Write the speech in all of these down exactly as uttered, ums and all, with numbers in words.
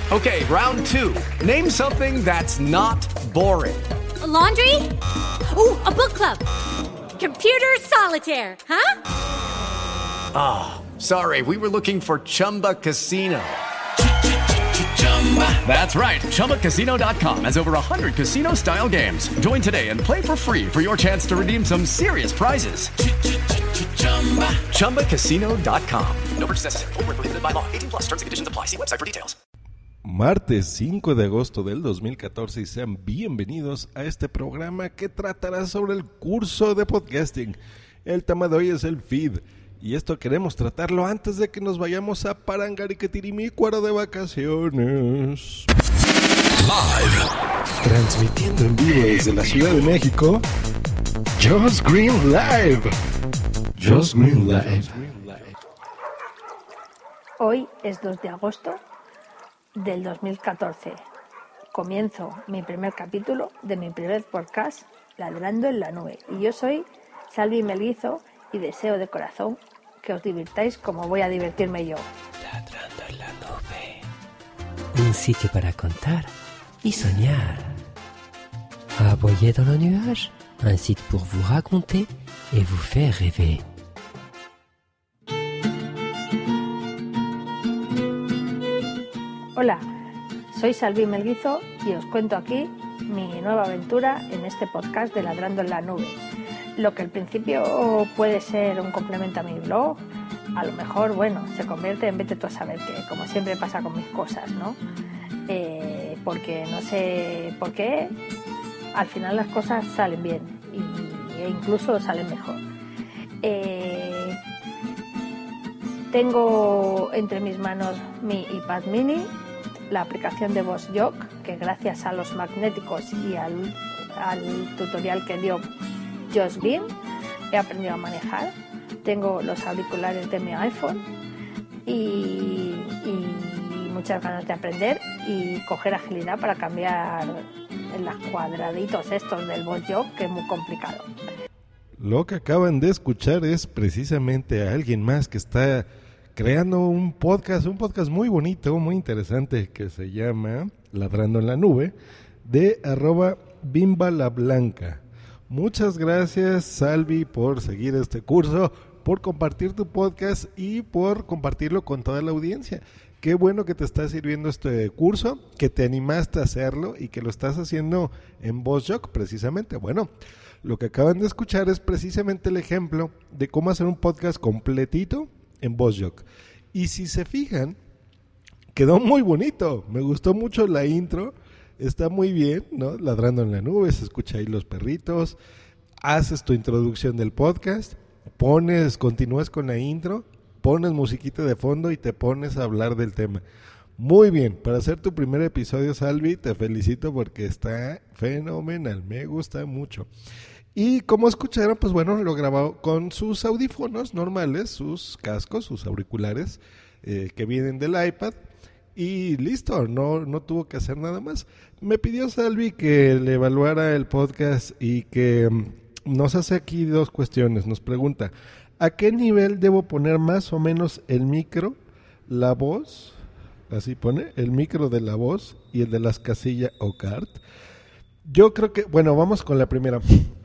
Okay, round two. Name something that's not boring. A laundry? Ooh, a book club. Computer solitaire, huh? Ah, oh, sorry, we were looking for Chumba Casino. That's right, Chumba Casino dot com has over one hundred casino-style games. Join today and play for free for your chance to redeem some serious prizes. Chumba Casino dot com. No purchase necessary. Void where prohibited by law. eighteen plus terms and conditions apply. See website for details. Martes cinco de agosto del dos mil catorce y sean bienvenidos a este programa que tratará sobre el curso de podcasting. El tema de hoy es el feed y esto queremos tratarlo antes de que nos vayamos a Parangaricatirimícuaro de vacaciones. Live. Transmitiendo en vivo desde la Ciudad de México, Josh Green Live. Josh Green Live. Hoy es dos de agosto del dos mil catorce. Comienzo mi primer capítulo de mi primer podcast, Ladrando en la Nube. Y yo soy Salvi Melguizo y deseo de corazón que os divirtáis como voy a divertirme yo. Ladrando en la Nube. Un sitio para contar y soñar. Aboyez dans le nuage. Un site pour vous raconter et vous faire rêver. Hola, soy Salvi Melguizo y os cuento aquí mi nueva aventura en este podcast de Ladrando en la Nube. Lo que al principio puede ser un complemento a mi blog, a lo mejor, bueno, se convierte en vete tú a saber qué, como siempre pasa con mis cosas, ¿no? Eh, porque no sé por qué, al final las cosas salen bien y, e incluso salen mejor. Eh, tengo entre mis manos mi iPad mini, la aplicación de VozJock, que gracias a los magnéticos y al, al tutorial que dio Josh Green he aprendido a manejar. Tengo los auriculares de mi iPhone y, y muchas ganas de aprender y coger agilidad para cambiar en los cuadraditos estos del VozJock, que es muy complicado. Lo que acaban de escuchar es precisamente a alguien más que está creando un podcast, un podcast muy bonito, muy interesante, que se llama Ladrando en la Nube, de arroba Bimba la Blanca. Muchas gracias, Salvi, por seguir este curso, por compartir tu podcast y por compartirlo con toda la audiencia. Qué bueno que te está sirviendo este curso, que te animaste a hacerlo y que lo estás haciendo en VozJock precisamente. Bueno, lo que acaban de escuchar es precisamente el ejemplo de cómo hacer un podcast completito en VozJock. Y si se fijan, quedó muy bonito. Me gustó mucho la intro. Está muy bien, ¿no? Ladrando en la nube, se escucha ahí los perritos. Haces tu introducción del podcast, pones, continúas con la intro, pones musiquita de fondo y te pones a hablar del tema. Muy bien, para hacer tu primer episodio, Salvi, te felicito porque está fenomenal, me gusta mucho. Y como escucharon, pues bueno, lo grabó con sus audífonos normales, sus cascos, sus auriculares eh, que vienen del iPad y listo, no, no tuvo que hacer nada más. Me pidió Salvi que le evaluara el podcast y que um, nos hace aquí dos cuestiones. Nos pregunta, ¿a qué nivel debo poner más o menos el micro, la voz? Así pone, el micro de la voz y el de las casillas o cart. Yo creo que, bueno, vamos con la primera.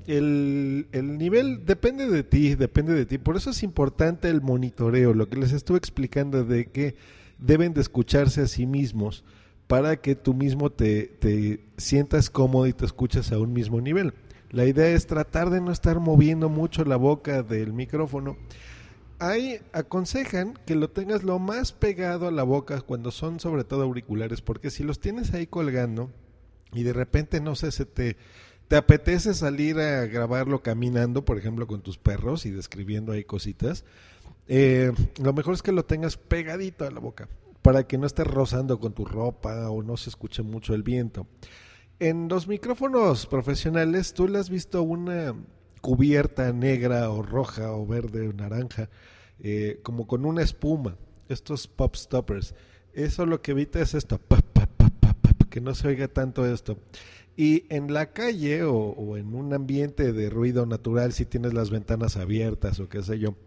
El, el nivel depende de ti, depende de ti. Por eso es importante el monitoreo, lo que les estuve explicando de que deben de escucharse a sí mismos para que tú mismo te, te sientas cómodo y te escuches a un mismo nivel. La idea es tratar de no estar moviendo mucho la boca del micrófono. Ahí aconsejan que lo tengas lo más pegado a la boca cuando son sobre todo auriculares, porque si los tienes ahí colgando y de repente, no sé, se te... ¿Te apetece salir a grabarlo caminando, por ejemplo, con tus perros y describiendo ahí cositas? Eh, lo mejor es que lo tengas pegadito a la boca para que no estés rozando con tu ropa o no se escuche mucho el viento. En los micrófonos profesionales, tú le has visto una cubierta negra o roja o verde o naranja, eh, como con una espuma, estos pop stoppers. Eso lo que evita es esto, pa, pa, pa, pa, pa, que no se oiga tanto esto. Y en la calle o, o en un ambiente de ruido natural, si tienes las ventanas abiertas o qué sé yo,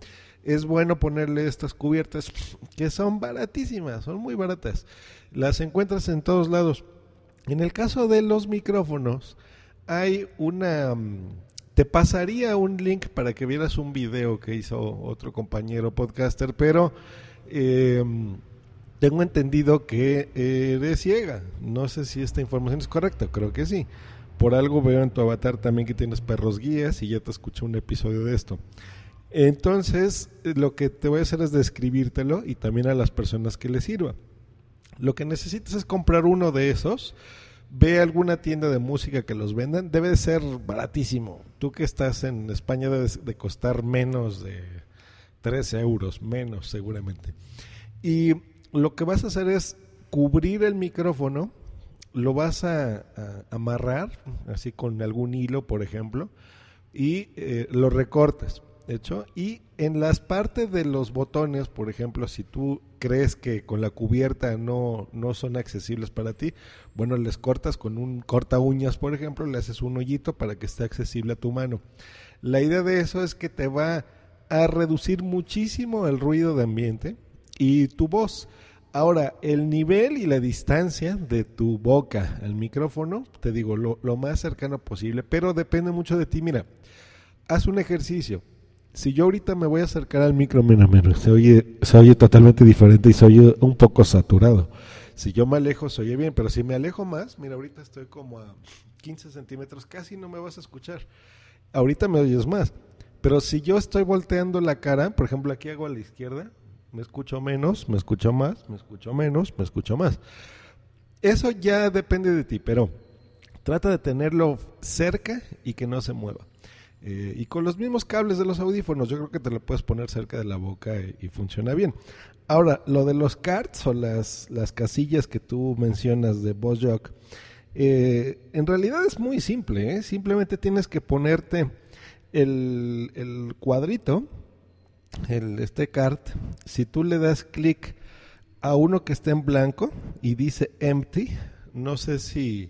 es bueno ponerle estas cubiertas que son baratísimas, son muy baratas. Las encuentras en todos lados. En el caso de los micrófonos, hay una... Te pasaría un link para que vieras un video que hizo otro compañero podcaster, pero eh, tengo entendido que eres ciega. No sé si esta información es correcta, creo que sí. Por algo veo en tu avatar también que tienes perros guías y ya te escuché un episodio de esto. Entonces, lo que te voy a hacer es describírtelo y también a las personas que les sirva. Lo que necesitas es comprar uno de esos. Ve a alguna tienda de música que los vendan. Debe de ser baratísimo. Tú que estás en España debe de costar menos de tres euros, menos seguramente. Y lo que vas a hacer es cubrir el micrófono. Lo vas a, a amarrar así con algún hilo, por ejemplo, y eh, lo recortas. Hecho, y en las partes de los botones, por ejemplo, si tú crees que con la cubierta no, no son accesibles para ti, bueno, les cortas con un corta uñas, por ejemplo, le haces un hoyito para que esté accesible a tu mano. La idea de eso es que te va a reducir muchísimo el ruido de ambiente y tu voz. Ahora, el nivel y la distancia de tu boca al micrófono, te digo, lo, lo más cercano posible, pero depende mucho de ti. Mira, haz un ejercicio. Si yo ahorita me voy a acercar al micro, mira, mira, se oye, se oye totalmente diferente y se oye un poco saturado. Si yo me alejo, se oye bien, pero si me alejo más, mira, ahorita estoy como a quince centímetros, casi no me vas a escuchar. Ahorita me oyes más, pero si yo estoy volteando la cara, por ejemplo, aquí hago a la izquierda, me escucho menos, me escucho más, me escucho menos, me escucho más. Eso ya depende de ti, pero trata de tenerlo cerca y que no se mueva. Eh, y con los mismos cables de los audífonos, yo creo que te lo puedes poner cerca de la boca y, y funciona bien. Ahora, lo de los cards o las, las casillas que tú mencionas de VozJock, eh, en realidad es muy simple, ¿eh? Simplemente tienes que ponerte el, el cuadrito, el, este card, si tú le das clic a uno que está en blanco y dice empty, no sé si...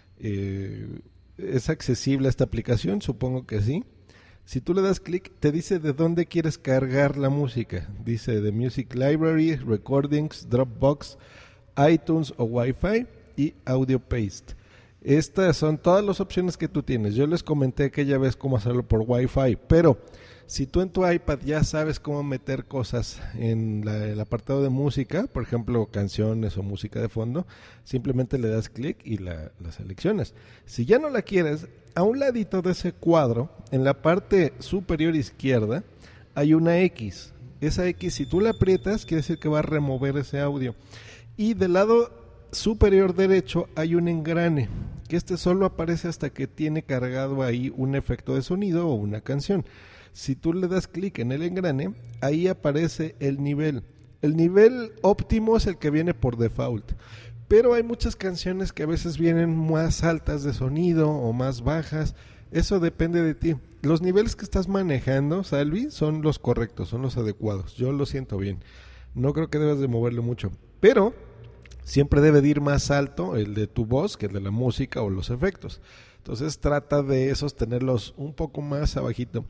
Eh, ¿es accesible a esta aplicación? Supongo que sí. Si tú le das clic, te dice de dónde quieres cargar la música. Dice de Music Library, Recordings, Dropbox, iTunes o Wi-Fi y Audio Paste. Estas son todas las opciones que tú tienes. Yo les comenté aquella vez cómo hacerlo por Wi-Fi, pero si tú en tu iPad ya sabes cómo meter cosas en la, el apartado de música, por ejemplo, canciones o música de fondo, simplemente le das clic y la, la seleccionas. Si ya no la quieres, a un ladito de ese cuadro, en la parte superior izquierda, hay una X. Esa X, si tú la aprietas, quiere decir que va a remover ese audio. Y del lado superior derecho hay un engrane, que este solo aparece hasta que tiene cargado ahí un efecto de sonido o una canción. Si tú le das clic en el engrane, ahí aparece el nivel. El nivel óptimo es el que viene por default, pero hay muchas canciones que a veces vienen más altas de sonido o más bajas. Eso depende de ti. Los niveles que estás manejando, Salvi, son los correctos, son los adecuados. Yo lo siento bien. No creo que debas de moverle mucho, pero siempre debe de ir más alto el de tu voz que el de la música o los efectos. Entonces trata de sostenerlos un poco más abajito.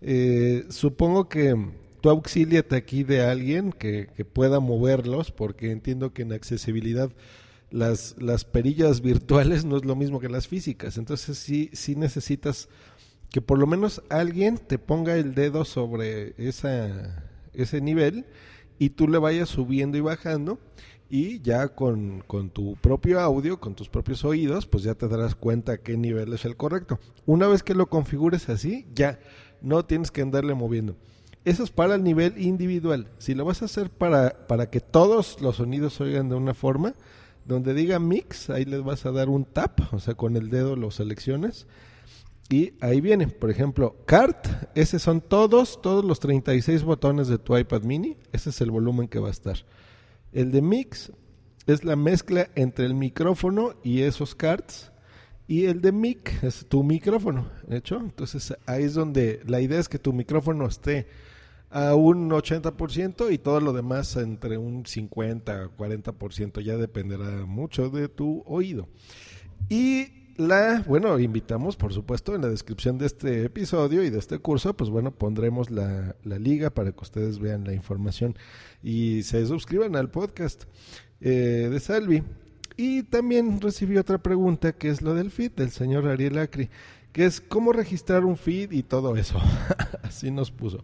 Eh, supongo que tú auxíliate aquí de alguien que, que pueda moverlos, porque entiendo que en accesibilidad las, las perillas virtuales no es lo mismo que las físicas. Entonces sí, sí necesitas que por lo menos alguien te ponga el dedo sobre esa, ese nivel y tú le vayas subiendo y bajando. Y ya con, con tu propio audio, con tus propios oídos, pues ya te darás cuenta qué nivel es el correcto. Una vez que lo configures así, ya no tienes que andarle moviendo. Eso es para el nivel individual. Si lo vas a hacer para, para que todos los sonidos se oigan de una forma, donde diga mix, ahí les vas a dar un tap, o sea, con el dedo lo seleccionas. Y ahí viene, por ejemplo, card, esos son todos, todos los treinta y seis botones de tu iPad mini, ese es el volumen que va a estar. El de mix es la mezcla entre el micrófono y esos cards, y el de mic es tu micrófono, ¿de hecho? Entonces ahí es donde la idea es que tu micrófono esté a un ochenta por ciento y todo lo demás entre un cincuenta, cuarenta por ciento, ya dependerá mucho de tu oído. Y la, bueno, invitamos, por supuesto, en la descripción de este episodio y de este curso, pues bueno, pondremos la, la liga para que ustedes vean la información y se suscriban al podcast eh, de Salvi. Y también recibí otra pregunta, que es lo del feed del señor Ariel Acri, que es cómo registrar un feed y todo eso. Así nos puso.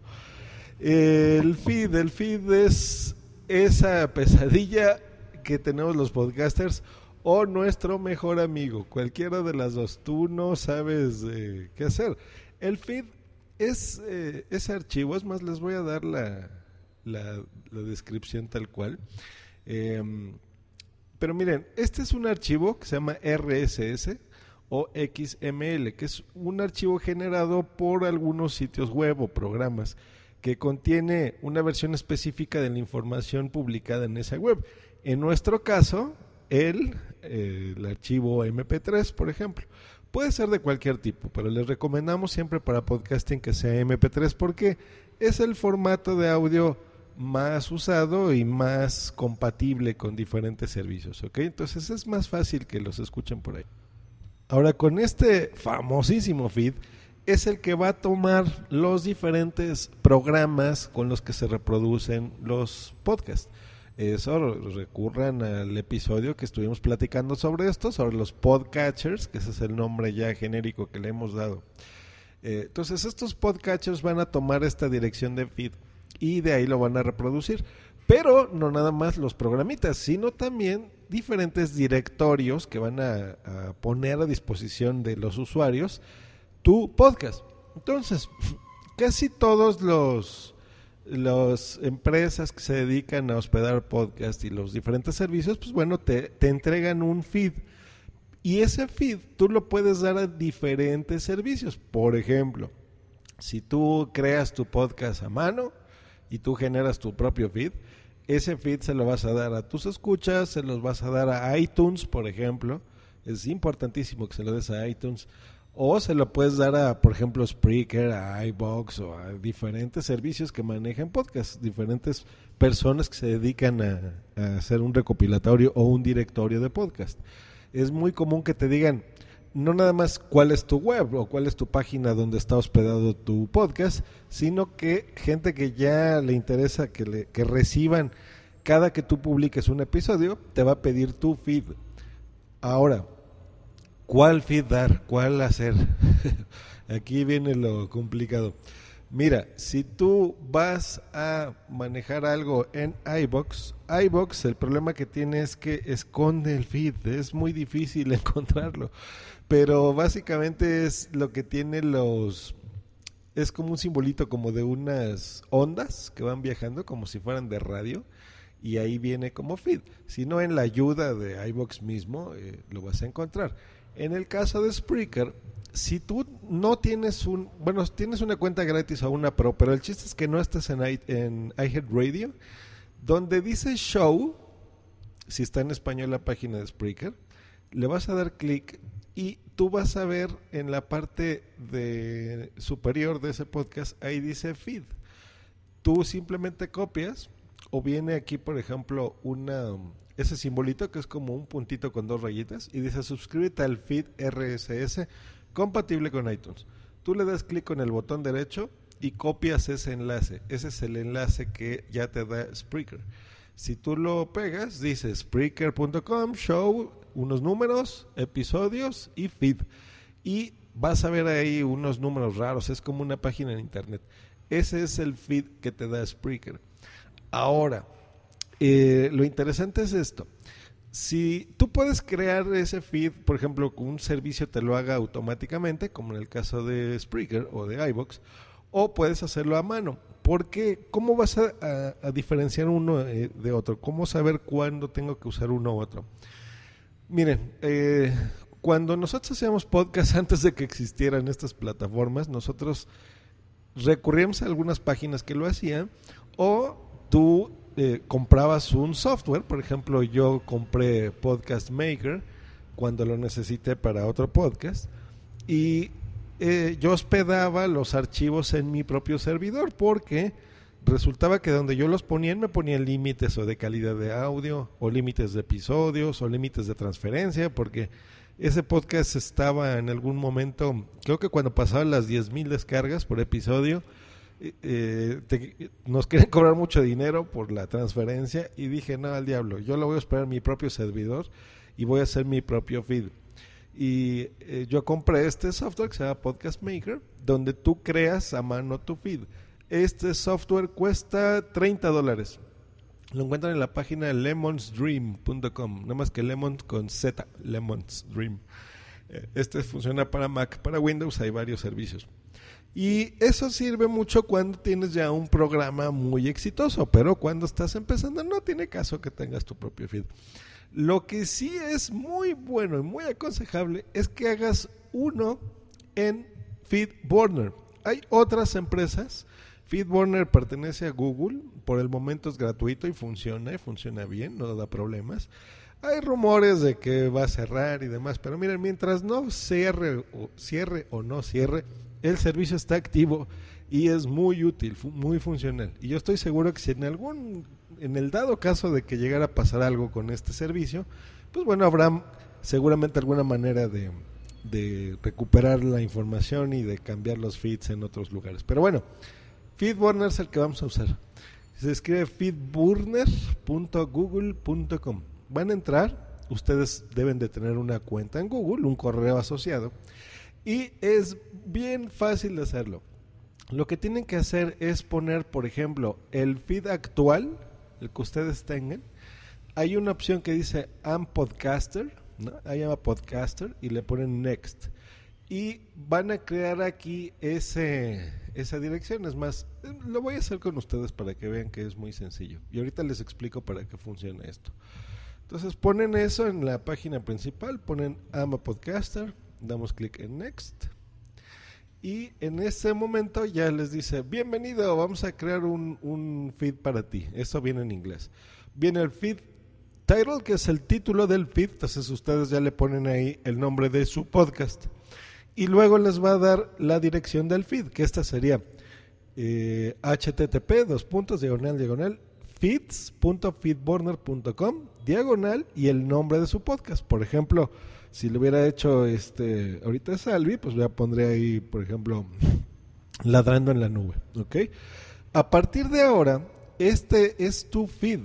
El feed, el feed es esa pesadilla que tenemos los podcasters o nuestro mejor amigo, cualquiera de las dos. Tú no sabes eh, qué hacer. El feed es eh, ese archivo, es más, les voy a dar la, la, la descripción tal cual. Eh, pero miren, este es un archivo que se llama R S S o X M L, que es un archivo generado por algunos sitios web o programas que contiene una versión específica de la información publicada en esa web. En nuestro caso, el, eh, el archivo eme pe tres, por ejemplo, puede ser de cualquier tipo, pero les recomendamos siempre para podcasting que sea eme pe tres porque es el formato de audio más usado y más compatible con diferentes servicios, ¿ok? Entonces es más fácil que los escuchen por ahí. Ahora, con este famosísimo feed, es el que va a tomar los diferentes programas con los que se reproducen los podcasts. Eso, recurran al episodio que estuvimos platicando sobre esto, sobre los podcatchers, que ese es el nombre ya genérico que le hemos dado. Eh, entonces, estos podcatchers van a tomar esta dirección de feed y de ahí lo van a reproducir. Pero no nada más los programitas, sino también diferentes directorios que van a, a poner a disposición de los usuarios tu podcast. Entonces, casi todos los las empresas que se dedican a hospedar podcast y los diferentes servicios, pues bueno, te, te entregan un feed. Y ese feed tú lo puedes dar a diferentes servicios. Por ejemplo, si tú creas tu podcast a mano y tú generas tu propio feed, ese feed se lo vas a dar a tus escuchas, se los vas a dar a iTunes, por ejemplo. Es importantísimo que se lo des a iTunes. O se lo puedes dar a, por ejemplo, Spreaker, a iVoox o a diferentes servicios que manejan podcasts, diferentes personas que se dedican a, a hacer un recopilatorio o un directorio de podcast. Es muy común que te digan, no nada más cuál es tu web o cuál es tu página donde está hospedado tu podcast, sino que gente que ya le interesa que, le, que reciban cada que tú publiques un episodio, te va a pedir tu feed. Ahora, ¿cuál feed dar? ¿Cuál hacer? Aquí viene lo complicado. Mira, si tú vas a manejar algo en iVoox, iVoox el problema que tiene es que esconde el feed, es muy difícil encontrarlo, pero básicamente es lo que tiene los... es como un simbolito como de unas ondas que van viajando como si fueran de radio y ahí viene como feed. Si no, en la ayuda de iVoox mismo eh, lo vas a encontrar. En el caso de Spreaker, si tú no tienes un, bueno, tienes una cuenta gratis o una pro, pero el chiste es que no estás en, i, en iHeartRadio, donde dice show, si está en español la página de Spreaker, le vas a dar clic y tú vas a ver en la parte de superior de ese podcast, ahí dice feed. Tú simplemente copias o viene aquí, por ejemplo, una... ese simbolito que es como un puntito con dos rayitas y dice suscríbete al feed R S S compatible con iTunes. Tú le das clic con el botón derecho y copias ese enlace. Ese es el enlace que ya te da Spreaker. Si tú lo pegas, dice spreaker punto com, show, unos números, episodios y feed. Y vas a ver ahí unos números raros, es como una página en internet. Ese es el feed que te da Spreaker. Ahora, Eh, lo interesante es esto. Si tú puedes crear ese feed, por ejemplo, con un servicio te lo haga automáticamente, como en el caso de Spreaker o de iVoox, o puedes hacerlo a mano. Porque, ¿cómo vas a, a, a diferenciar uno eh, de otro? ¿Cómo saber cuándo tengo que usar uno u otro? Miren, eh, cuando nosotros hacíamos podcast antes de que existieran estas plataformas, nosotros recurríamos a algunas páginas que lo hacían, o tú Eh, comprabas un software. Por ejemplo, yo compré Podcast Maker cuando lo necesité para otro podcast y eh, yo hospedaba los archivos en mi propio servidor porque resultaba que donde yo los ponía, me ponían límites o de calidad de audio, o límites de episodios, o límites de transferencia, porque ese podcast estaba en algún momento, creo que cuando pasaban las diez mil descargas por episodio, eh, te, nos querían cobrar mucho dinero por la transferencia, y dije, no, al diablo, yo lo voy a esperar en mi propio servidor y voy a hacer mi propio feed. Y eh, yo compré este software que se llama Podcast Maker, donde tú creas a mano tu feed. Este software cuesta treinta dólares. Lo encuentran en la página lemons dream punto com, nada más que Lemons con Z, Lemons Dream. Este funciona para Mac, para Windows hay varios servicios. Y eso sirve mucho cuando tienes ya un programa muy exitoso, pero cuando estás empezando no tiene caso que tengas tu propio feed. Lo que sí es muy bueno y muy aconsejable es que hagas uno en FeedBurner. Hay otras empresas. FeedBurner pertenece a Google, por el momento es gratuito y funciona, y funciona bien, no da problemas. Hay rumores de que va a cerrar y demás, pero miren, mientras no cierre o, cierre o no cierre, el servicio está activo y es muy útil, fu- muy funcional. Y yo estoy seguro que si en algún, en el dado caso de que llegara a pasar algo con este servicio, pues bueno, habrá seguramente alguna manera de, de recuperar la información y de cambiar los feeds en otros lugares. Pero bueno, FeedBurner es el que vamos a usar. Se escribe feedburner punto google punto com. Van a entrar, ustedes deben de tener una cuenta en Google, un correo asociado, y es bien fácil de hacerlo. Lo que tienen que hacer es poner, por ejemplo, el feed actual, el que ustedes tengan. Hay una opción que dice I'm Podcaster, ¿no? Ahí llama Podcaster y le ponen Next. Y van a crear aquí ese, esa dirección. Es más, lo voy a hacer con ustedes para que vean que es muy sencillo. Y ahorita les explico para qué funciona esto. Entonces ponen eso en la página principal, ponen I'm a Podcaster, damos clic en Next. Y en ese momento ya les dice, bienvenido, vamos a crear un, un feed para ti. Eso viene en inglés. Viene el feed title, que es el título del feed. Entonces ustedes ya le ponen ahí el nombre de su podcast. Y luego les va a dar la dirección del feed, que esta sería eh, http dos puntos diagonal diagonal feeds punto feedburner punto com diagonal y el nombre de su podcast. Por ejemplo, si lo hubiera hecho este ahorita Salvi, pues ya pondré ahí, por ejemplo, Ladrando en la Nube, ¿ok? A partir de ahora, este es tu feed.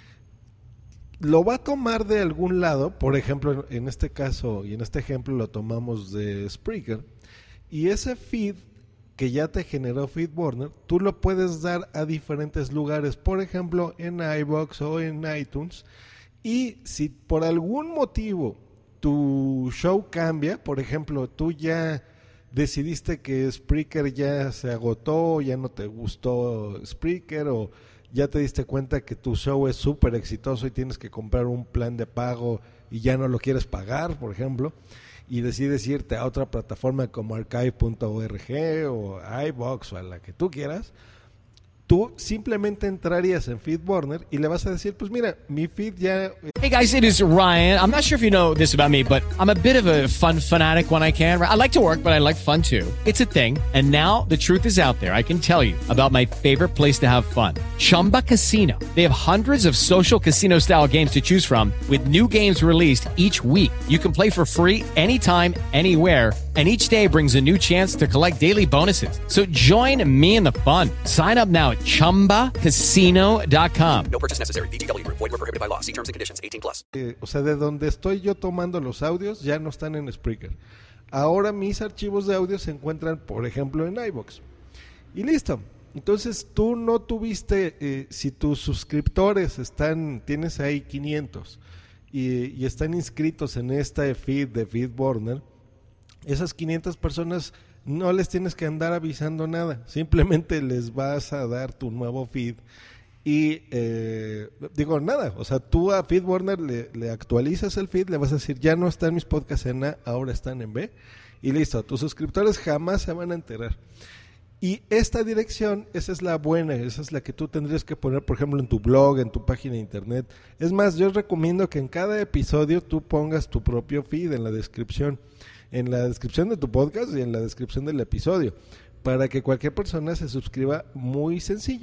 Lo va a tomar de algún lado, por ejemplo, en este caso y en este ejemplo lo tomamos de Spreaker, y ese feed que ya te generó FeedBurner, tú lo puedes dar a diferentes lugares, por ejemplo en iVoox o en iTunes, y si por algún motivo tu show cambia, por ejemplo, tú ya decidiste que Spreaker ya se agotó, ya no te gustó Spreaker, o ya te diste cuenta que tu show es súper exitoso y tienes que comprar un plan de pago y ya no lo quieres pagar, por ejemplo, y decides irte a otra plataforma como archive punto org o iVoox o a la que tú quieras, tú simplemente entrarías en FeedBurner y le vas a decir, pues mira, mi feed ya... Hey guys, it is Ryan. I'm not sure if you know this about me, but I'm a bit of a fun fanatic when I can. I like to work, but I like fun too. It's a thing. And now the truth is out there. I can tell you about my favorite place to have fun. Chumba Casino. They have hundreds of social casino style games to choose from with new games released each week. You can play for free anytime, anywhere. And each day brings a new chance to collect daily bonuses. So join me in the fun. Sign up now at chumba casino dot com. No purchase necessary. V G W Group. Void where prohibited by law. See terms and conditions. eighteen plus. Eh, o sea, de donde estoy yo tomando los audios ya no están en Spreaker. Ahora mis archivos de audio se encuentran, por ejemplo, en iVoox. Y listo. Entonces tú no tuviste, eh, si tus suscriptores están, tienes ahí quinientos y, y están inscritos en este feed de FeedBurner, esas quinientas personas no les tienes que andar avisando nada, simplemente les vas a dar tu nuevo feed y eh, digo nada, o sea, tú a FeedBurner le, le actualizas el feed, le vas a decir ya no están mis podcasts en A, ahora están en B y listo, tus suscriptores jamás se van a enterar. Y esta dirección, esa es la buena, esa es la que tú tendrías que poner, por ejemplo, en tu blog, en tu página de internet. Es más, yo recomiendo que en cada episodio tú pongas tu propio feed en la descripción, en la descripción de tu podcast y en la descripción del episodio, para que cualquier persona se suscriba muy sencillo.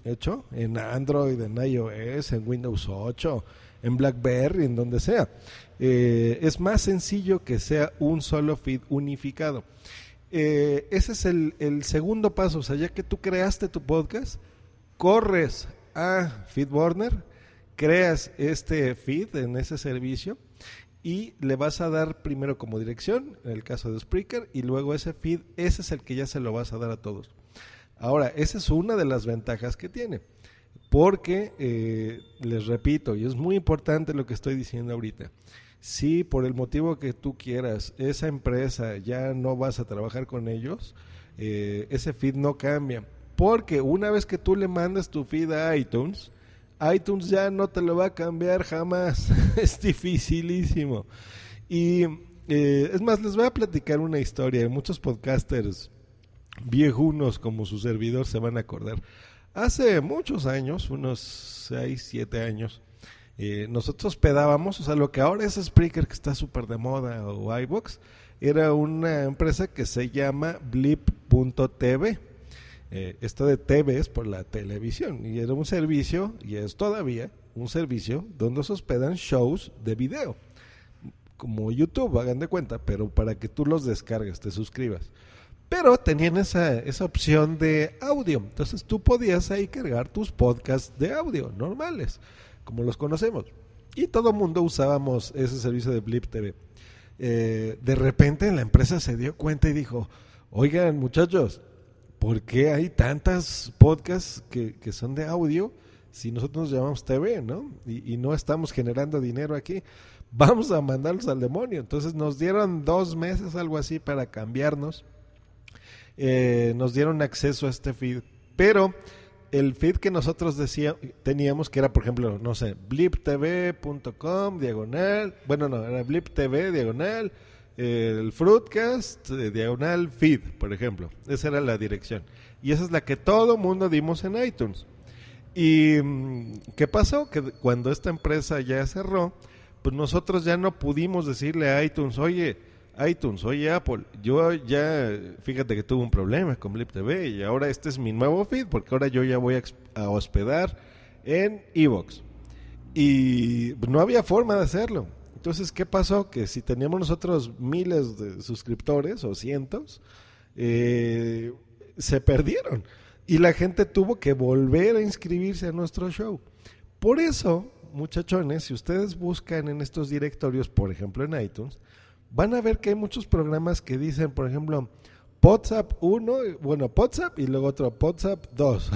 hecho, en Android, en iOS, en Windows ocho, en BlackBerry, en donde sea. Eh, es más sencillo que sea un solo feed unificado. Eh, ese es el, el segundo paso. O sea, ya que tú creaste tu podcast, corres a FeedBurner, creas este feed en ese servicio y le vas a dar primero como dirección, en el caso de Spreaker, y luego ese feed, ese es el que ya se lo vas a dar a todos. Ahora, esa es una de las ventajas que tiene, porque, eh, les repito, y es muy importante lo que estoy diciendo ahorita, si por el motivo que tú quieras, esa empresa ya no vas a trabajar con ellos, eh, ese feed no cambia, porque una vez que tú le mandas tu feed a iTunes, iTunes ya no te lo va a cambiar jamás. Es dificilísimo. Y eh, es más, les voy a platicar una historia. Muchos podcasters viejunos como su servidor se van a acordar. Hace muchos años, unos seis, siete años, eh, nosotros pedábamos, o sea, lo que ahora es Spreaker, que está súper de moda, o iVoox, era una empresa que se llama blip punto t v. Eh, esto de T V es por la televisión, y era un servicio, y es todavía un servicio donde se hospedan shows de video, como YouTube, hagan de cuenta, pero para que tú los descargues, te suscribas. Pero tenían esa, esa opción de audio, entonces tú podías ahí cargar tus podcasts de audio normales, como los conocemos, y todo el mundo usábamos ese servicio de Blip T V. Eh, de repente la empresa se dio cuenta y dijo, oigan muchachos, ¿por qué hay tantas podcasts que, que son de audio si nosotros nos llamamos T V, ¿no? Y, y no estamos generando dinero aquí. Vamos a mandarlos al demonio. Entonces nos dieron dos meses, algo así, para cambiarnos. Eh, nos dieron acceso a este feed. Pero el feed que nosotros decía, teníamos, que era, por ejemplo, no sé, blip t v punto com, diagonal, bueno, no, era blip t v, diagonal, el Fruitcast, eh, diagonal feed, por ejemplo. Esa era la dirección. Y esa es la que todo mundo dimos en iTunes. ¿Y qué pasó? Que cuando esta empresa ya cerró, pues nosotros ya no pudimos decirle a iTunes, oye, iTunes, oye Apple, yo ya, fíjate que tuve un problema con Blip T V y ahora este es mi nuevo feed, porque ahora yo ya voy a, a hospedar en iVoox. Y no había forma de hacerlo. Entonces, ¿qué pasó? Que si teníamos nosotros miles de suscriptores o cientos, eh, se perdieron. Y la gente tuvo que volver a inscribirse a nuestro show. Por eso, muchachones, si ustedes buscan en estos directorios, por ejemplo en iTunes, van a ver que hay muchos programas que dicen, por ejemplo, Podsap uno, bueno, Podsap y luego otro Podsap dos.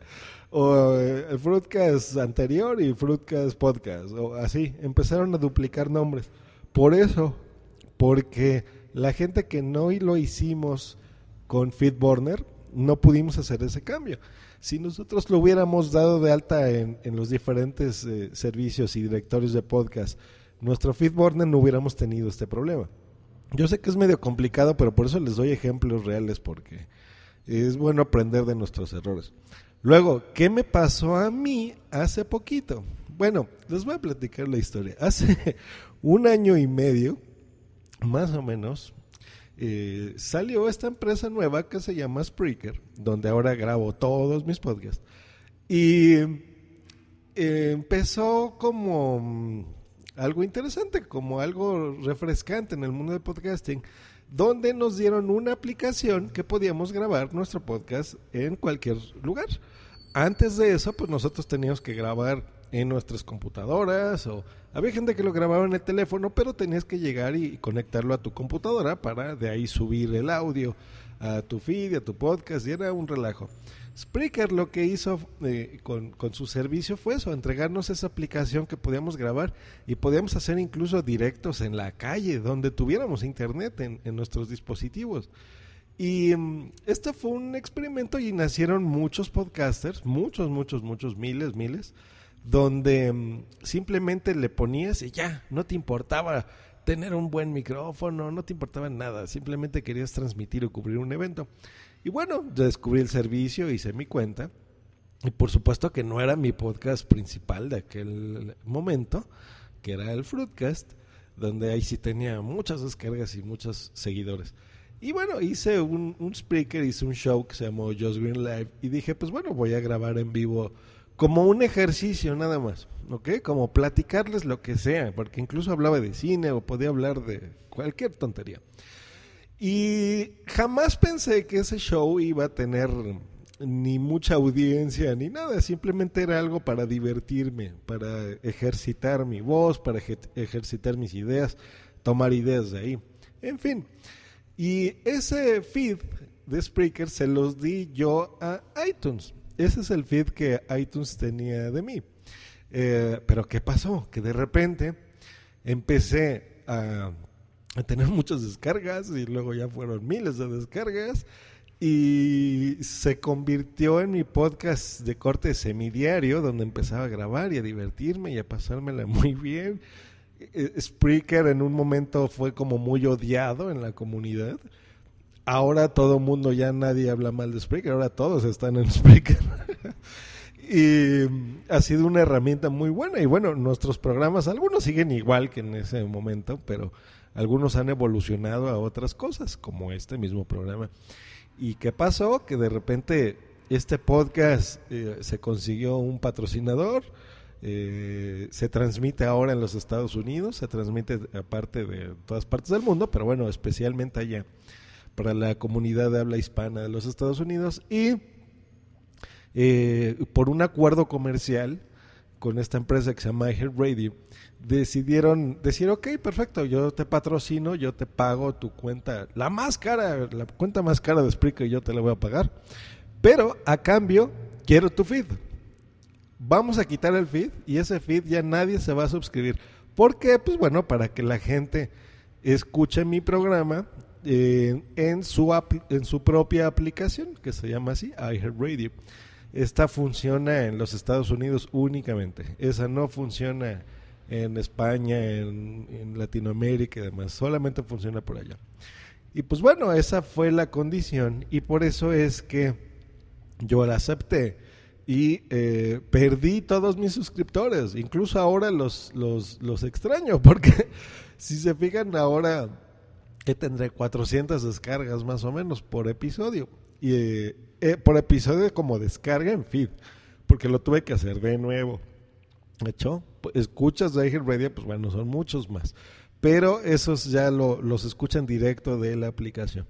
O el Fruitcast anterior y Fruitcast Podcast, o así, empezaron a duplicar nombres. Por eso, porque la gente que no lo hicimos con FeedBurner, no pudimos hacer ese cambio. Si nosotros lo hubiéramos dado de alta en, en los diferentes eh, servicios y directorios de podcast, nuestro FeedBurner no hubiéramos tenido este problema. Yo sé que es medio complicado, pero por eso les doy ejemplos reales, porque es bueno aprender de nuestros errores. Luego, ¿qué me pasó a mí hace poquito? Bueno, les voy a platicar la historia. Hace un año y medio, más o menos, eh, salió esta empresa nueva que se llama Spreaker, donde ahora grabo todos mis podcasts. Y eh, empezó como algo interesante, como algo refrescante en el mundo del podcasting, donde nos dieron una aplicación que podíamos grabar nuestro podcast en cualquier lugar. Antes de eso, pues nosotros teníamos que grabar en nuestras computadoras, o había gente que lo grababa en el teléfono, pero tenías que llegar y conectarlo a tu computadora para de ahí subir el audio a tu feed, a tu podcast, y era un relajo. Spreaker lo que hizo eh, con, con su servicio fue eso, entregarnos esa aplicación que podíamos grabar y podíamos hacer incluso directos en la calle, donde tuviéramos internet en, en nuestros dispositivos. Y um, este fue un experimento y nacieron muchos podcasters, muchos, muchos, muchos, miles, miles, donde um, simplemente le ponías y ya, no te importaba tener un buen micrófono, no te importaba nada, simplemente querías transmitir o cubrir un evento. Y bueno, yo descubrí el servicio, hice mi cuenta, y por supuesto que no era mi podcast principal de aquel momento, que era el Fruitcast, donde ahí sí tenía muchas descargas y muchos seguidores. Y bueno, hice un, un Spreaker, hice un show que se llamó Just Green Live y dije, pues bueno, voy a grabar en vivo como un ejercicio nada más, ¿ok? Como platicarles lo que sea, porque incluso hablaba de cine o podía hablar de cualquier tontería. Y jamás pensé que ese show iba a tener ni mucha audiencia ni nada, simplemente era algo para divertirme, para ejercitar mi voz, para ejer- ejercitar mis ideas, tomar ideas de ahí, en fin. Y ese feed de Spreaker se los di yo a iTunes. Ese es el feed que iTunes tenía de mí. Eh, pero ¿qué pasó? Que de repente empecé a, a tener muchas descargas y luego ya fueron miles de descargas y se convirtió en mi podcast de corte semidiario, donde empezaba a grabar y a divertirme y a pasármela muy bien. Spreaker en un momento fue como muy odiado en la comunidad. Ahora todo el mundo, ya nadie habla mal de Spreaker, ahora todos están en Spreaker. Y ha sido una herramienta muy buena. Y bueno, nuestros programas, algunos siguen igual que en ese momento, pero algunos han evolucionado a otras cosas, como este mismo programa. ¿Y qué pasó? Que de repente este podcast eh, se consiguió un patrocinador. Eh, se transmite ahora en los Estados Unidos, se transmite aparte de todas partes del mundo, pero bueno, especialmente allá para la comunidad de habla hispana de los Estados Unidos. Y eh, por un acuerdo comercial con esta empresa que se llama iHeartRadio, decidieron decir, ok, perfecto, yo te patrocino, yo te pago tu cuenta, la más cara, la cuenta más cara de Spreaker, yo te la voy a pagar, pero a cambio quiero tu feed. Vamos a quitar el feed y ese feed ya nadie se va a suscribir. ¿Por qué? Pues bueno, para que la gente escuche mi programa eh, en, su apl- en su propia aplicación, que se llama así, iHeartRadio. Esta funciona en los Estados Unidos únicamente. Esa no funciona en España, en, en Latinoamérica y demás. Solamente funciona por allá. Y pues bueno, esa fue la condición y por eso es que yo la acepté. Y eh, perdí todos mis suscriptores, incluso ahora los, los, los extraño, porque si se fijan ahora que tendré cuatrocientas descargas más o menos por episodio, y eh, eh, por episodio como descarga en feed, porque lo tuve que hacer de nuevo. ¿De hecho? Escuchas de iHeartRadio, pues bueno, son muchos más, pero esos ya lo, los escuchan directo de la aplicación.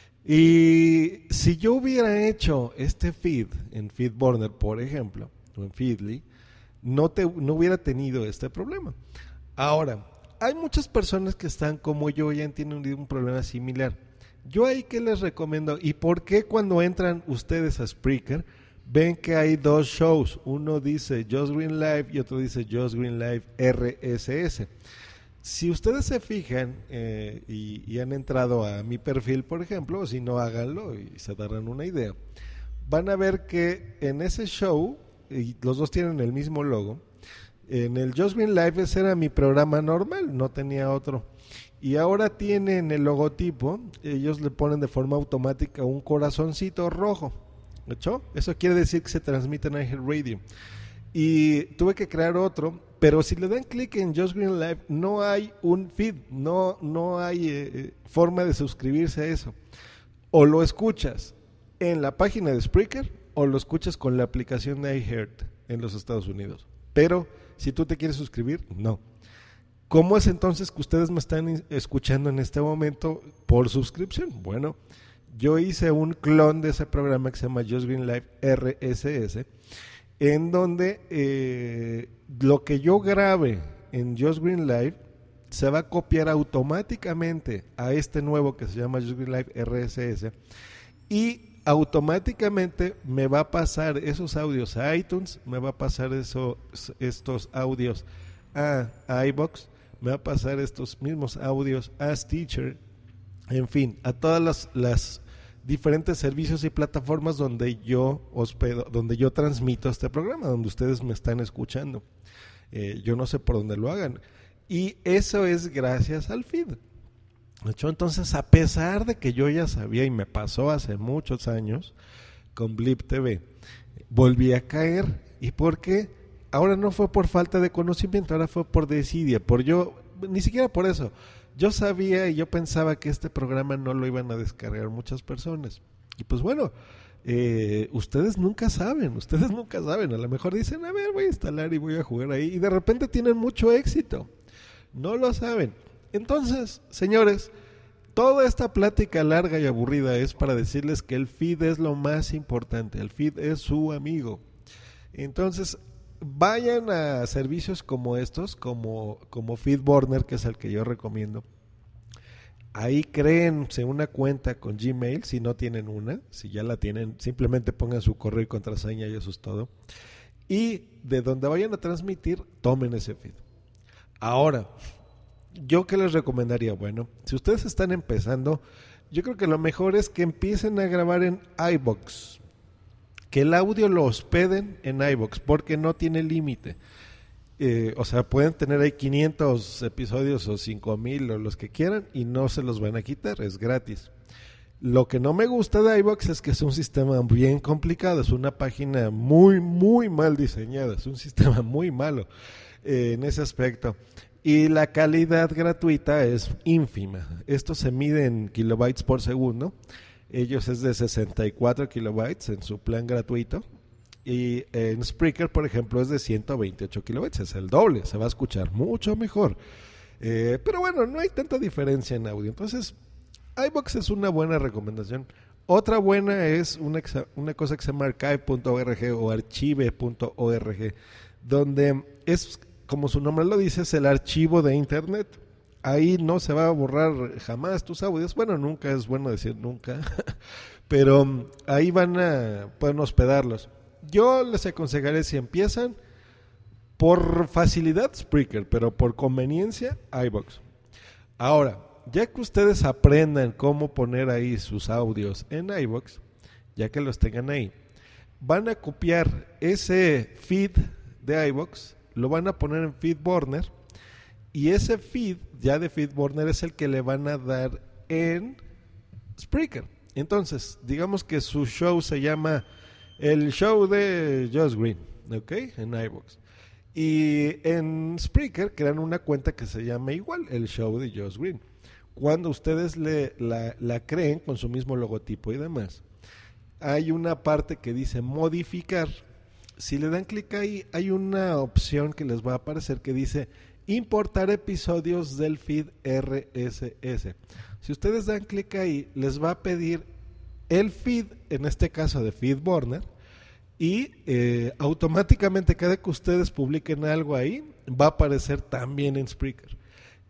Y si yo hubiera hecho este feed en FeedBurner, por ejemplo, o en Feedly, no, te, no hubiera tenido este problema. Ahora, hay muchas personas que están como yo, ya tienen un, un problema similar. Yo ahí, ¿qué les recomiendo? ¿Y por qué cuando entran ustedes a Spreaker ven que hay dos shows? Uno dice Just Green Live y otro dice Just Green Live R S S. Si ustedes se fijan eh, y, y han entrado a mi perfil, por ejemplo, o si no, háganlo y se darán una idea, van a ver que en ese show, y los dos tienen el mismo logo, en el Just Green Live ese era mi programa normal, no tenía otro. Y ahora tienen el logotipo, ellos le ponen de forma automática un corazoncito rojo. ¿De hecho? Eso quiere decir que se transmite en iHeartRadio. Y tuve que crear otro, pero si le dan clic en Just Green Live no hay un feed, no, no hay eh, forma de suscribirse a eso. O lo escuchas en la página de Spreaker o lo escuchas con la aplicación de iHeart en los Estados Unidos. Pero si tú te quieres suscribir, no. ¿Cómo es entonces que ustedes me están escuchando en este momento por suscripción? Bueno, yo hice un clon de ese programa que se llama Just Green Live R S S, en donde eh, lo que yo grabe en Just Green Live se va a copiar automáticamente a este nuevo que se llama Just Green Live R S S y automáticamente me va a pasar esos audios a iTunes, me va a pasar esos, estos audios a, a iVoox, me va a pasar estos mismos audios a Stitcher, en fin, a todas las, las diferentes servicios y plataformas donde yo hospedo, donde yo transmito este programa, donde ustedes me están escuchando. Eh, yo no sé por dónde lo hagan. Y eso es gracias al feed. ¿De hecho? Entonces, a pesar de que yo ya sabía y me pasó hace muchos años con Blip T V, volví a caer. ¿Y por qué? Ahora no fue por falta de conocimiento, ahora fue por desidia, por yo, ni siquiera por eso. yo sabía y yo pensaba que este programa no lo iban a descargar muchas personas. Y pues bueno, eh, ustedes nunca saben, ustedes nunca saben. A lo mejor dicen, a ver, voy a instalar y voy a jugar ahí. Y de repente tienen mucho éxito. No lo saben. Entonces, señores, toda esta plática larga y aburrida es para decirles que el feed es lo más importante. El feed es su amigo. Entonces, vayan a servicios como estos, como, como FeedBurner, que es el que yo recomiendo. Ahí créense una cuenta con Gmail, si no tienen una. Si ya la tienen, simplemente pongan su correo y contraseña y eso es todo. Y de donde vayan a transmitir, tomen ese feed. Ahora, ¿yo qué les recomendaría? Bueno, si ustedes están empezando, yo creo que lo mejor es que empiecen a grabar en iVoox. Que el audio lo hospeden en iVoox, porque no tiene límite. Eh, o sea, pueden tener ahí quinientos episodios o cinco mil o los que quieran y no se los van a quitar, es gratis. Lo que no me gusta de iVoox es que es un sistema bien complicado, es una página muy, muy mal diseñada, es un sistema muy malo eh, en ese aspecto. Y la calidad gratuita es ínfima. Esto se mide en kilobytes por segundo. Ellos es de sesenta y cuatro kilobytes en su plan gratuito. Y en Spreaker, por ejemplo, es de ciento veintiocho kilobytes, es el doble, se va a escuchar mucho mejor. Eh, pero bueno, no hay tanta diferencia en audio. Entonces, iVoox es una buena recomendación. Otra buena es una, una cosa que se llama archive punto org o archive punto org, donde es, como su nombre lo dice, es el archivo de internet. Ahí no se va a borrar jamás tus audios. Bueno, nunca es bueno decir nunca, pero ahí van a, pueden hospedarlos. Yo les aconsejaré, si empiezan, por facilidad Spreaker, pero por conveniencia iVoox. Ahora, ya que ustedes aprendan cómo poner ahí sus audios en iVoox, ya que los tengan ahí, van a copiar ese feed de iVoox, lo van a poner en FeedBurner, y ese feed ya de FeedBurner es el que le van a dar en Spreaker. Entonces, digamos que su show se llama El Show de Josh Green, ¿ok? En iVoox. Y en Spreaker crean una cuenta que se llama igual, El Show de Josh Green. Cuando ustedes le, la, la creen con su mismo logotipo y demás, hay una parte que dice modificar. Si le dan clic ahí, hay una opción que les va a aparecer que dice importar episodios del feed R S S. Si ustedes dan clic ahí, les va a pedir el feed, en este caso de FeedBurner, y eh, automáticamente cada que ustedes publiquen algo ahí, va a aparecer también en Spreaker.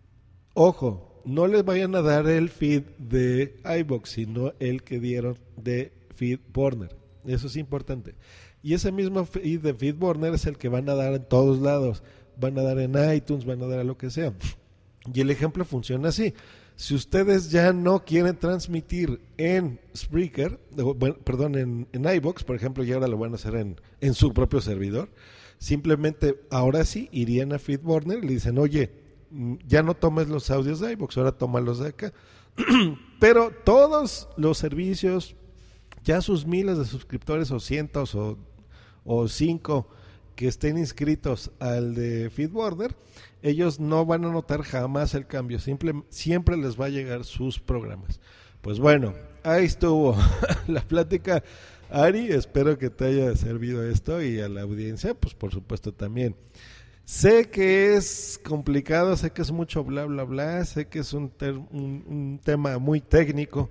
Ojo, no les vayan a dar el feed de iVoox, sino el que dieron de FeedBurner. Eso es importante. Y ese mismo feed de FeedBurner es el que van a dar en todos lados. Van a dar en iTunes, van a dar a lo que sea. Y el ejemplo funciona así. Si ustedes ya no quieren transmitir en Spreaker, bueno, perdón, en, en iVoox, por ejemplo, y ahora lo van a hacer en, en su propio servidor, simplemente ahora sí irían a FeedBurner y le dicen, oye, ya no tomes los audios de iVoox, ahora tómalos de acá. Pero todos los servicios, ya sus miles de suscriptores o cientos o, o cinco que estén inscritos al de FeedBurner, ellos no van a notar jamás el cambio, simple, siempre les va a llegar sus programas. Pues bueno, ahí estuvo la plática, Ari, espero que te haya servido esto y a la audiencia, pues por supuesto también. Sé que es complicado, sé que es mucho bla bla bla, sé que es un, ter, un, un tema muy técnico,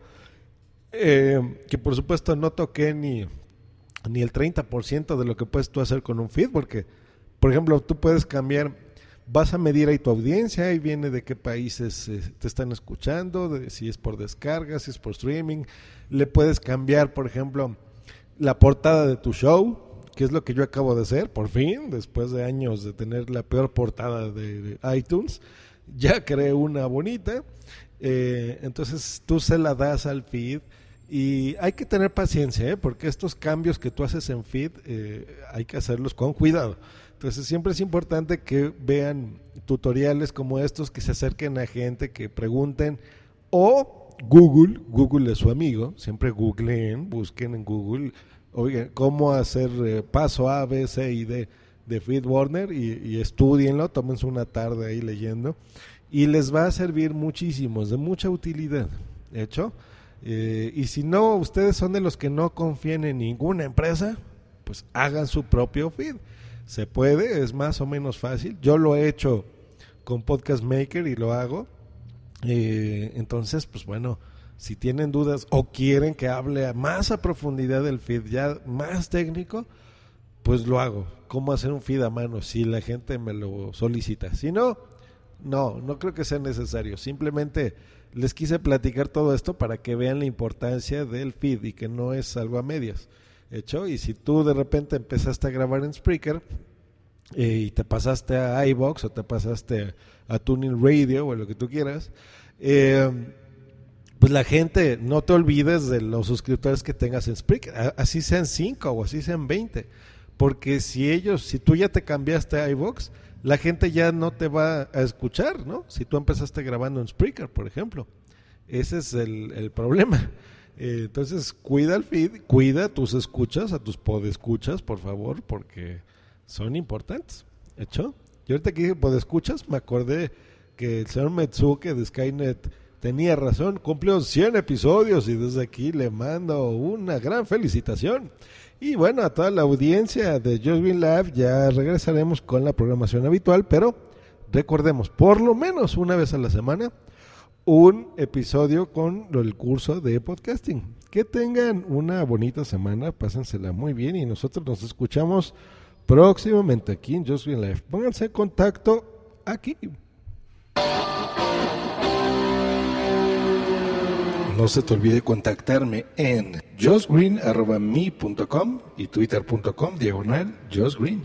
eh, que por supuesto no toqué ni... ni el treinta por ciento de lo que puedes tú hacer con un feed, porque, por ejemplo, tú puedes cambiar, vas a medir ahí tu audiencia, ahí viene de qué países eh, te están escuchando, de, si es por descarga, si es por streaming, le puedes cambiar, por ejemplo, la portada de tu show, que es lo que yo acabo de hacer, por fin, después de años de tener la peor portada de, de iTunes, ya creé una bonita, eh, entonces tú se la das al feed. Y hay que tener paciencia, ¿eh? Porque estos cambios que tú haces en feed eh, hay que hacerlos con cuidado. Entonces siempre es importante que vean tutoriales como estos, que se acerquen a gente, que pregunten, o Google, Google es su amigo, siempre googleen, busquen en Google, oigan, cómo hacer eh, paso A, B, C y D de FeedBurner y, y estudienlo, tómense una tarde ahí leyendo y les va a servir muchísimo, es de mucha utilidad, ¿de hecho? Eh, y si no, ustedes son de los que no confían en ninguna empresa, pues hagan su propio feed. Se puede, es más o menos fácil. Yo lo he hecho con Podcast Maker y lo hago. Eh, entonces, pues bueno, si tienen dudas o quieren que hable más a profundidad del feed, ya más técnico, pues lo hago. ¿Cómo hacer un feed a mano? Si la gente me lo solicita. Si no, no, no creo que sea necesario. Simplemente les quise platicar todo esto para que vean la importancia del feed y que no es algo a medias. Hecho, y si tú de repente empezaste a grabar en Spreaker eh, y te pasaste a iVoox o te pasaste a, a Tuning Radio o lo que tú quieras, eh, pues la gente, no te olvides de los suscriptores que tengas en Spreaker, a, así sean cinco o así sean veinte, porque si ellos, si tú ya te cambiaste a iVoox, la gente ya no te va a escuchar, ¿no? Si tú empezaste grabando en Spreaker, por ejemplo, ese es el, el problema. Eh, entonces cuida el feed, cuida tus escuchas, a tus podescuchas, por favor, porque son importantes. ¿Hecho? Y ahorita que dije podescuchas, me acordé que el señor Metsuke de Skynet tenía razón, cumplió cien episodios y desde aquí le mando una gran felicitación. Y bueno, a toda la audiencia de Just Green Lab ya regresaremos con la programación habitual, pero recordemos, por lo menos una vez a la semana, un episodio con el curso de podcasting. Que tengan una bonita semana, pásensela muy bien y nosotros nos escuchamos próximamente aquí en Just Green Live. Pónganse en contacto aquí. No se te olvide contactarme en justgreen arroba me punto com y twitter punto com diagonal justgreen.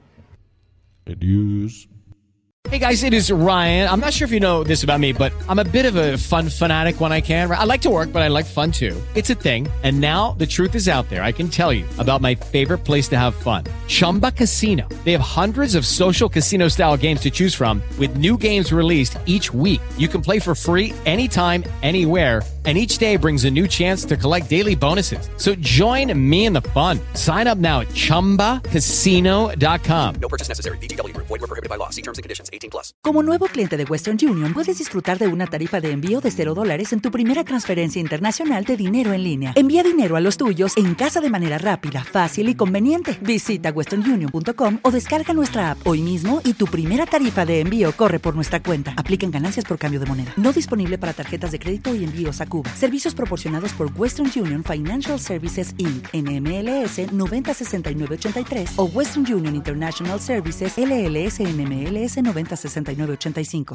Adiós. Hey guys, it is Ryan. I'm not sure if you know this about me, but I'm a bit of a fun fanatic when I can. I like to work, but I like fun too. It's a thing. And now the truth is out there. I can tell you about my favorite place to have fun. Chumba Casino. They have hundreds of social casino style games to choose from with new games released each week. You can play for free anytime, anywhere. And each day brings a new chance to collect daily bonuses. So join me in the fun. Sign up now at chumba casino dot com. No purchase necessary. V G W. Void where prohibited by law. See terms and conditions. eighteen plus. Como nuevo cliente de Western Union, puedes disfrutar de una tarifa de envío de cero dólares en tu primera transferencia internacional de dinero en línea. Envía dinero a los tuyos en casa de manera rápida, fácil y conveniente. Visita western union punto com o descarga nuestra app hoy mismo y tu primera tarifa de envío corre por nuestra cuenta. Aplican ganancias por cambio de moneda. No disponible para tarjetas de crédito y envíos a Cuba. Servicios proporcionados por Western Union Financial Services incorporated. N M L S noventa sesenta y nueve ochenta y tres o Western Union International Services L L S N M L S noventa sesenta y nueve ochenta y cinco.